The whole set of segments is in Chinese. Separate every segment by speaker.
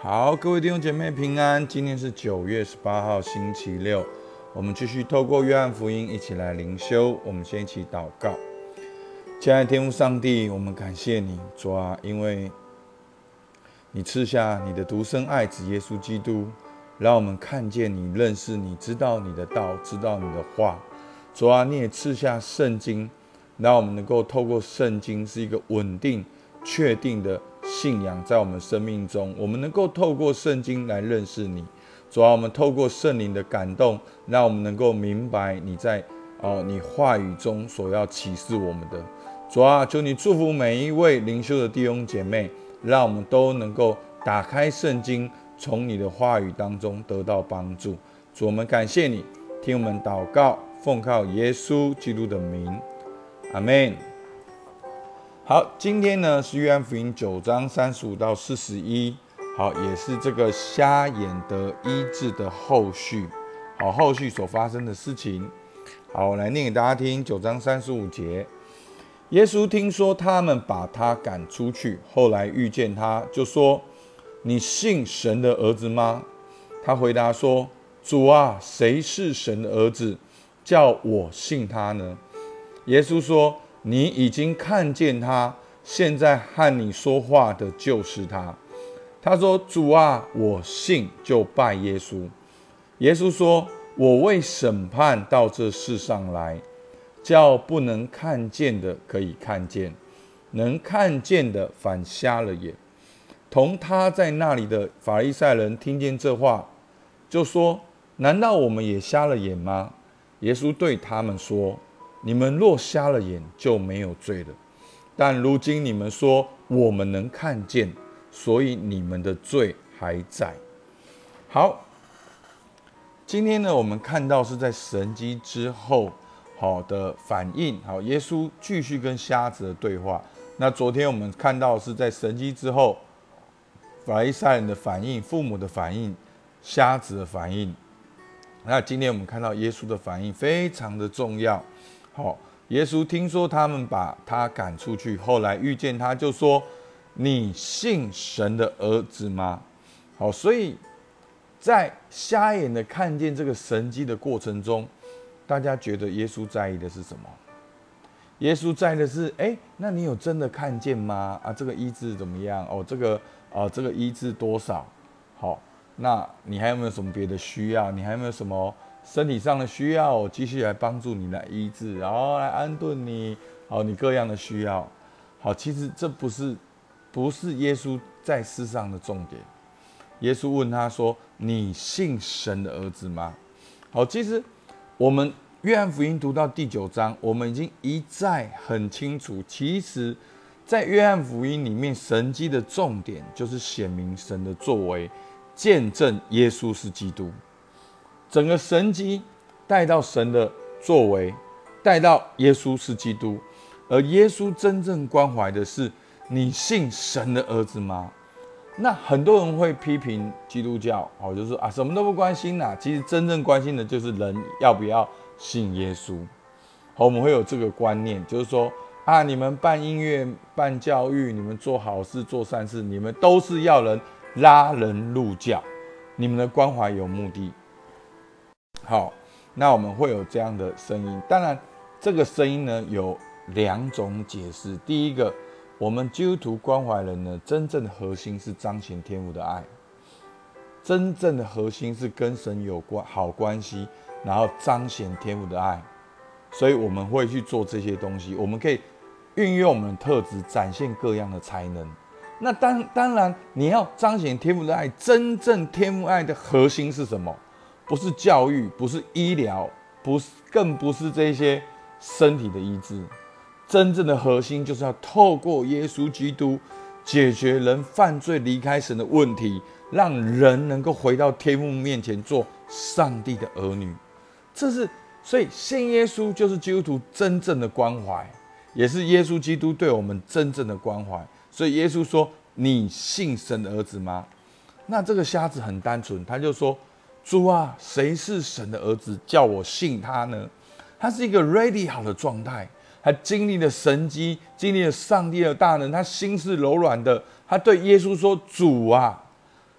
Speaker 1: 好，各位弟兄姐妹平安。今天是9月18号，星期六。我们继续透过约翰福音一起来灵修。我们先一起祷告。亲爱的天父上帝，我们感谢你，主啊，因为你赐下你的独生爱子耶稣基督，让我们看见你、认识你、知道你的道、知道你的话。主啊，你也赐下圣经，让我们能够透过圣经是一个稳定、确定的信仰在我们生命中，我们能够透过圣经来认识你。主啊，我们透过圣灵的感动，让我们能够明白你在你话语中所要启示我们的。主啊，求你祝福每一位灵修的弟兄姐妹，让我们都能够打开圣经，从你的话语当中得到帮助。主，我们感谢你，听我们祷告，奉靠耶稣基督的名，阿们。好，今天呢是约翰福音9章35到41，好，也是这个瞎眼得医治的后续，好，后续所发生的事情。好，我来念给大家听9章35节。耶稣听说他们把他赶出去，后来遇见他，就说：“你信神的儿子吗？”他回答说：“主啊，谁是神的儿子，叫我信他呢？”耶稣说：“你已经看见他，现在和你说话的就是他。”他说：“主啊，我信，就拜耶稣。”耶稣说：“我为审判到这世上来，叫不能看见的可以看见，能看见的反瞎了眼。”同他在那里的法利赛人听见这话，就说：“难道我们也瞎了眼吗？”耶稣对他们说：“你们若瞎了眼，就没有罪了。但如今你们说我们能看见，所以你们的罪还在。”好，今天呢，我们看到是在神迹之后好的反应。好，耶稣继续跟瞎子的对话。那昨天我们看到是在神迹之后，法利赛人的反应、父母的反应、瞎子的反应。那今天我们看到耶稣的反应非常的重要。好，耶稣听说他们把他赶出去，后来遇见他，就说：“你信神的儿子吗？”好，所以在瞎眼的看见这个神迹的过程中，大家觉得耶稣在意的是什么？耶稣在意的是，那你有真的看见吗？这个医治怎么样？这个医治多少？好，那你还有没有什么别的需要？你还有没有什么身体上的需要，我继续来帮助你来医治，然后来安顿你，好，你各样的需要。好，其实这不是耶稣在世上的重点。耶稣问他说：“你信神的儿子吗？”好，其实我们约翰福音读到第9章，我们已经一再很清楚，其实在约翰福音里面，神迹的重点就是显明神的作为，见证耶稣是基督。整个神迹带到神的作为，带到耶稣是基督，而耶稣真正关怀的是你信神的儿子吗？那很多人会批评基督教，就是说什么都不关心啦。其实真正关心的就是人要不要信耶稣。我们会有这个观念，就是说你们办音乐、办教育，你们做好事、做善事，你们都是要拉人入教，你们的关怀有目的。好，那我们会有这样的声音。当然，这个声音呢有2种解释。第一个，我们基督徒关怀人呢，真正的核心是彰显天父的爱，真正的核心是跟神有好关系，然后彰显天父的爱。所以我们会去做这些东西，我们可以运用我们的特质，展现各样的才能。那当然，你要彰显天父的爱，真正天父爱的核心是什么？不是教育，不是医疗，更不是这些身体的医治。真正的核心就是要透过耶稣基督解决人犯罪离开神的问题，让人能够回到天父面前做上帝的儿女。所以信耶稣就是基督徒真正的关怀，也是耶稣基督对我们真正的关怀。所以耶稣说：“你信神的儿子吗？”那这个瞎子很单纯，他就说：“主啊，谁是神的儿子，叫我信他呢？”他是一个 ready 好的状态，他经历了神迹，经历了上帝的大能，他心是柔软的。他对耶稣说：“主啊，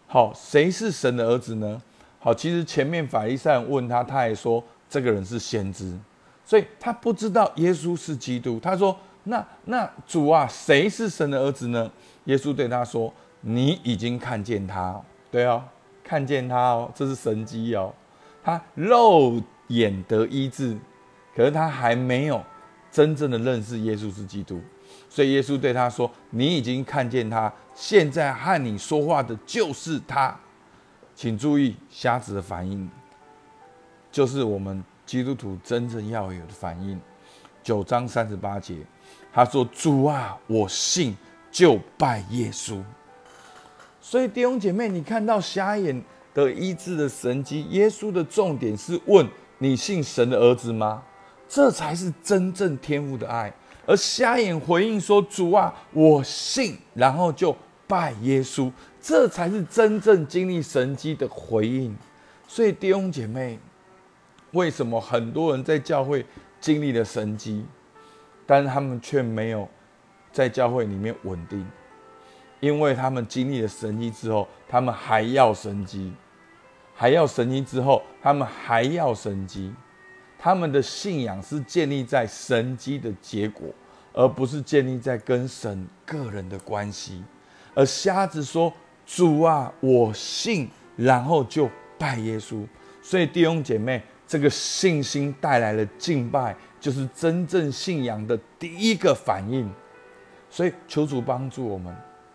Speaker 1: 好，谁是神的儿子呢？好，其实前面法利赛人问他，他还说这个人是先知，所以他不知道耶稣是基督。他说：那主啊，谁是神的儿子呢？耶稣对他说：你已经看见他哦，对哦，看见他哦，这是神迹哦。他肉眼得医治，可是他还没有真正的认识耶稣是基督。所以耶稣对他说：你已经看见他，现在和你说话的就是他。请注意，瞎子的反应就是我们基督徒真正要有的反应。9章38节，他说：主啊，我信，就拜耶稣。所以弟兄姐妹，你看到瞎眼的医治的神迹，耶稣的重点是问你信神的儿子吗？这才是真正天父的爱。而瞎眼回应说：主啊，我信，然后就拜耶稣，这才是真正经历神迹的回应。所以弟兄姐妹，为什么很多人在教会经历了神迹，但是他们却没有在教会里面稳定？因为他们经历了神迹之后，他们还要神迹，还要神迹之后，他们还要神迹。他们的信仰是建立在神迹的结果，而不是建立在跟神个人的关系。而瞎子说：主啊，我信，然后就拜耶稣。所以弟兄姐妹，这个信心带来了敬拜，就是真正信仰的第一个反应。所以求主帮助我们，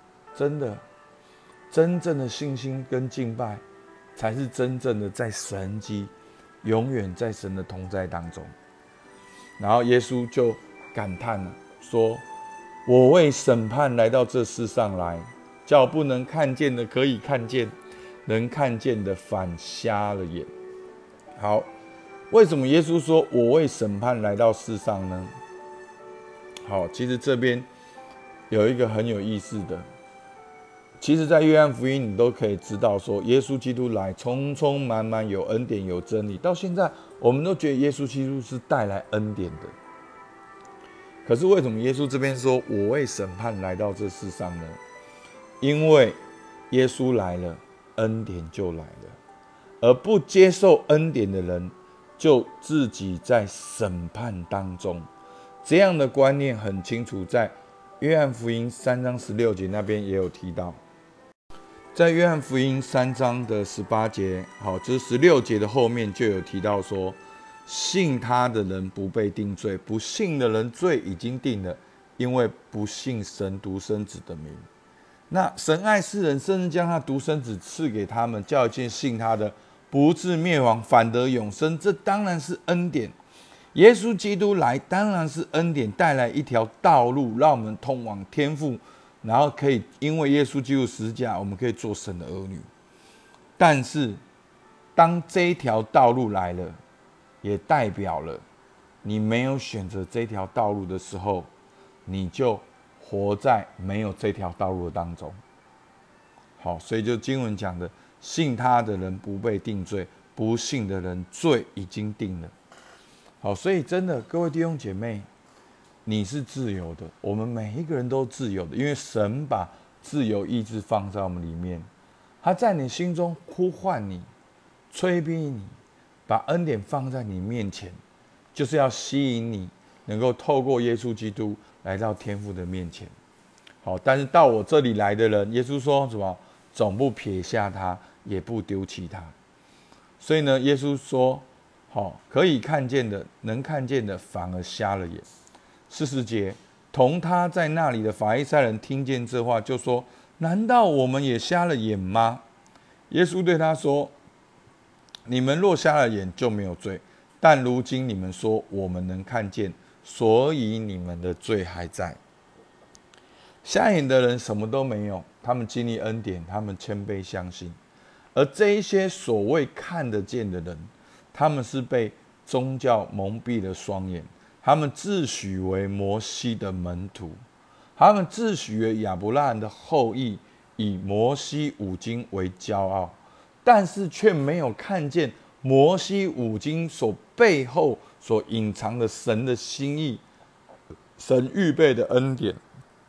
Speaker 1: 真正的信心跟敬拜，才是真正的在神迹，永远在神的同在当中。然后耶稣就感叹了，说：我为审判来到这世上来，叫不能看见的可以看见，能看见的反瞎了眼。好，为什么耶稣说我为审判来到世上呢？好，其实这边有一个很有意思的，其实在约翰福音你都可以知道说，耶稣基督来充充满满，有恩典有真理。到现在我们都觉得耶稣基督是带来恩典的，可是为什么耶稣这边说我为审判来到这世上呢？因为耶稣来了，恩典就来了，而不接受恩典的人就自己在审判当中。这样的观念很清楚，在约翰福音3章16节那边也有提到。在约翰福音3章的18节，好，就是16节的后面就有提到说，信他的人不被定罪，不信的人罪已经定了，因为不信神独生子的名。那神爱世人，甚至将他独生子赐给他们，叫一切信他的不至灭亡，反得永生。这当然是恩典。耶稣基督来当然是恩典，带来一条道路，让我们通往天父，然后可以因为耶稣基督十字架，我们可以做神的儿女。但是当这一条道路来了，也代表了你没有选择这条道路的时候，你就活在没有这条道路的当中。好，所以就经文讲的，信他的人不被定罪，不信的人罪已经定了。好，所以真的，各位弟兄姐妹，你是自由的，我们每一个人都自由的，因为神把自由意志放在我们里面，他在你心中呼唤你，催逼你，把恩典放在你面前，就是要吸引你能够透过耶稣基督来到天父的面前。好，但是到我这里来的人，耶稣说什么？总不撇下他，也不丢弃他。所以呢，耶稣说，好，可以看见的，能看见的，反而瞎了眼。40节，同他在那里的法利赛人听见这话，就说：难道我们也瞎了眼吗？耶稣对他说：你们若瞎了眼，就没有罪；但如今你们说我们能看见，所以你们的罪还在。瞎眼的人什么都没有，他们经历恩典，他们谦卑相信。而这一些所谓看得见的人，他们是被宗教蒙蔽了双眼，他们自诩为摩西的门徒，他们自诩为亚伯拉罕的后裔，以摩西五经为骄傲，但是却没有看见摩西五经所背后所隐藏的神的心意，神预备的恩典。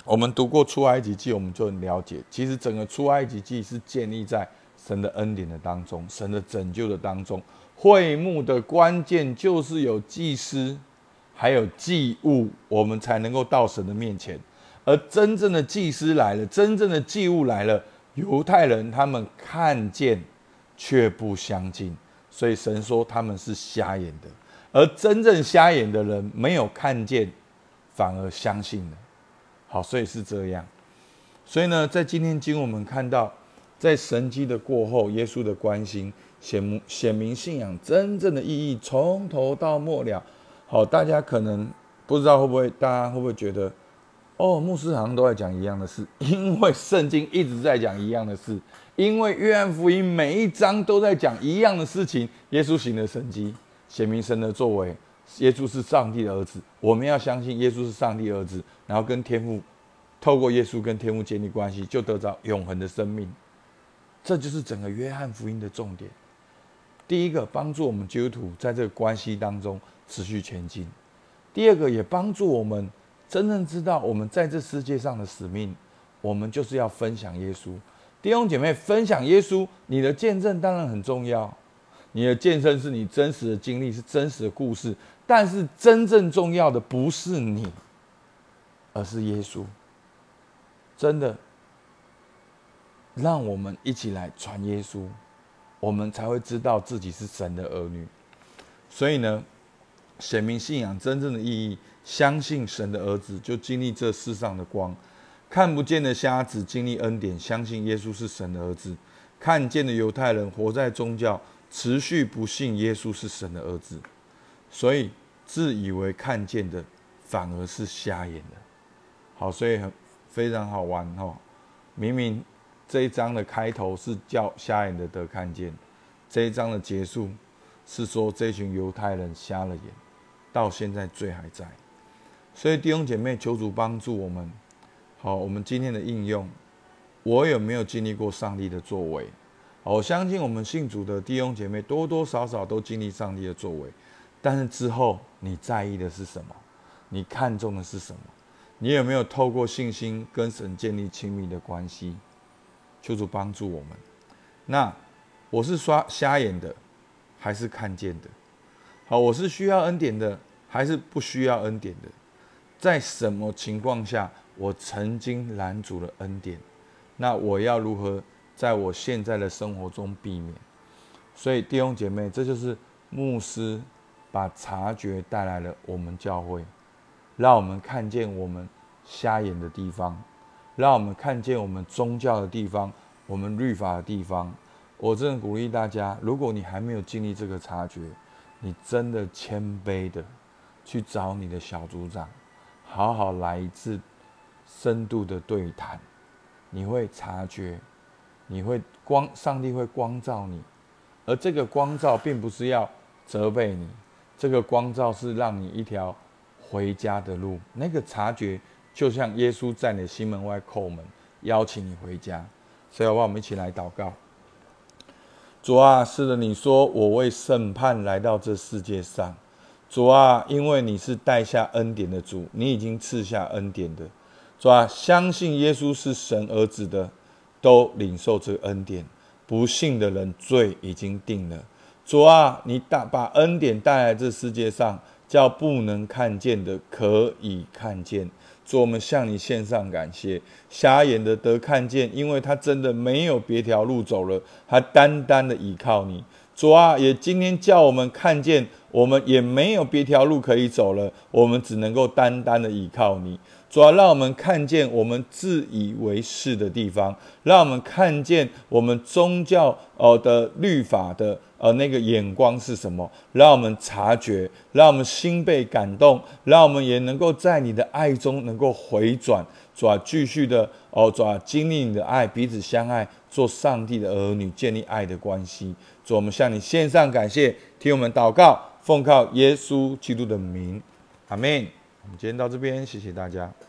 Speaker 1: 我们读过出埃及记，我们就很了解，其实整个出埃及记是建立在神的恩典的当中，神的拯救的当中。会幕的关键就是有祭司，还有祭物，我们才能够到神的面前。而真正的祭司来了，真正的祭物来了，犹太人他们看见却不相信，所以神说他们是瞎眼的。而真正瞎眼的人没有看见，反而相信了。好，所以是这样。所以呢，在今天经我们看到，在神迹的过后，耶稣的关心显明信仰真正的意义，从头到末了。好，大家可能不知道大家会不会觉得，牧师好像都在讲一样的事，因为圣经一直在讲一样的事，因为约翰福音每一章都在讲一样的事情，耶稣行的神迹，显明神的作为，耶稣是上帝的儿子，我们要相信耶稣是上帝的儿子，然后跟天父，透过耶稣跟天父建立关系，就得到永恒的生命。这就是整个约翰福音的重点。第一个，帮助我们基督徒在这个关系当中持续前进；第二个，也帮助我们真正知道我们在这世界上的使命，我们就是要分享耶稣。弟兄姐妹，分享耶稣，你的见证当然很重要，你的见证是你真实的经历，是真实的故事，但是真正重要的不是你，而是耶稣。真的，让我们一起来传耶稣，我们才会知道自己是神的儿女。所以呢，显明信仰真正的意义，相信神的儿子就经历这世上的光，看不见的瞎子经历恩典，相信耶稣是神的儿子；看见的犹太人活在宗教，持续不信耶稣是神的儿子。所以自以为看见的，反而是瞎眼的。好，所以非常好玩哦。明明这一章的开头是叫瞎眼的得看见，这一章的结束是说这群犹太人瞎了眼，到现在罪还在。所以弟兄姐妹，求主帮助我们。好，我们今天的应用，我有没有经历过上帝的作为？好，我相信我们信主的弟兄姐妹多多少少都经历上帝的作为，但是之后你在意的是什么？你看重的是什么？你有没有透过信心跟神建立亲密的关系？求主帮助我们。那我是瞎眼的，还是看见的？好，我是需要恩典的，还是不需要恩典的？在什么情况下我曾经拦阻了恩典？那我要如何在我现在的生活中避免？所以弟兄姐妹，这就是牧师把察觉带来了我们教会，让我们看见我们瞎眼的地方，让我们看见我们宗教的地方，我们律法的地方。我真的鼓励大家，如果你还没有经历这个察觉，你真的谦卑的去找你的小组长，好好来一次深度的对谈。你会察觉，上帝会光照你，而这个光照并不是要责备你，这个光照是让你一条回家的路。那个察觉就像耶稣在你的心门外叩门，邀请你回家。所以好不好，我们一起来祷告。主啊，是的，你说我为审判来到这世界上。主啊，因为你是带下恩典的主，你已经赐下恩典的。主啊，相信耶稣是神儿子的，都领受这个恩典；不信的人，罪已经定了。主啊，你把恩典带来这世界上，叫不能看见的可以看见。主，我们向你献上感谢。瞎眼的得看见，因为他真的没有别条路走了，他单单的依靠你。主啊，也今天叫我们看见，我们也没有别条路可以走了，我们只能够单单的依靠你。主啊，让我们看见我们自以为是的地方，让我们看见我们宗教的律法的那个眼光是什么，让我们察觉，让我们心被感动，让我们也能够在你的爱中能够回转。主啊，继续的主啊，经历你的爱，彼此相爱，做上帝的儿女，建立爱的关系。主，我们向你献上感谢，听我们祷告，奉靠耶稣基督的名，阿们。我们今天到这边，谢谢大家。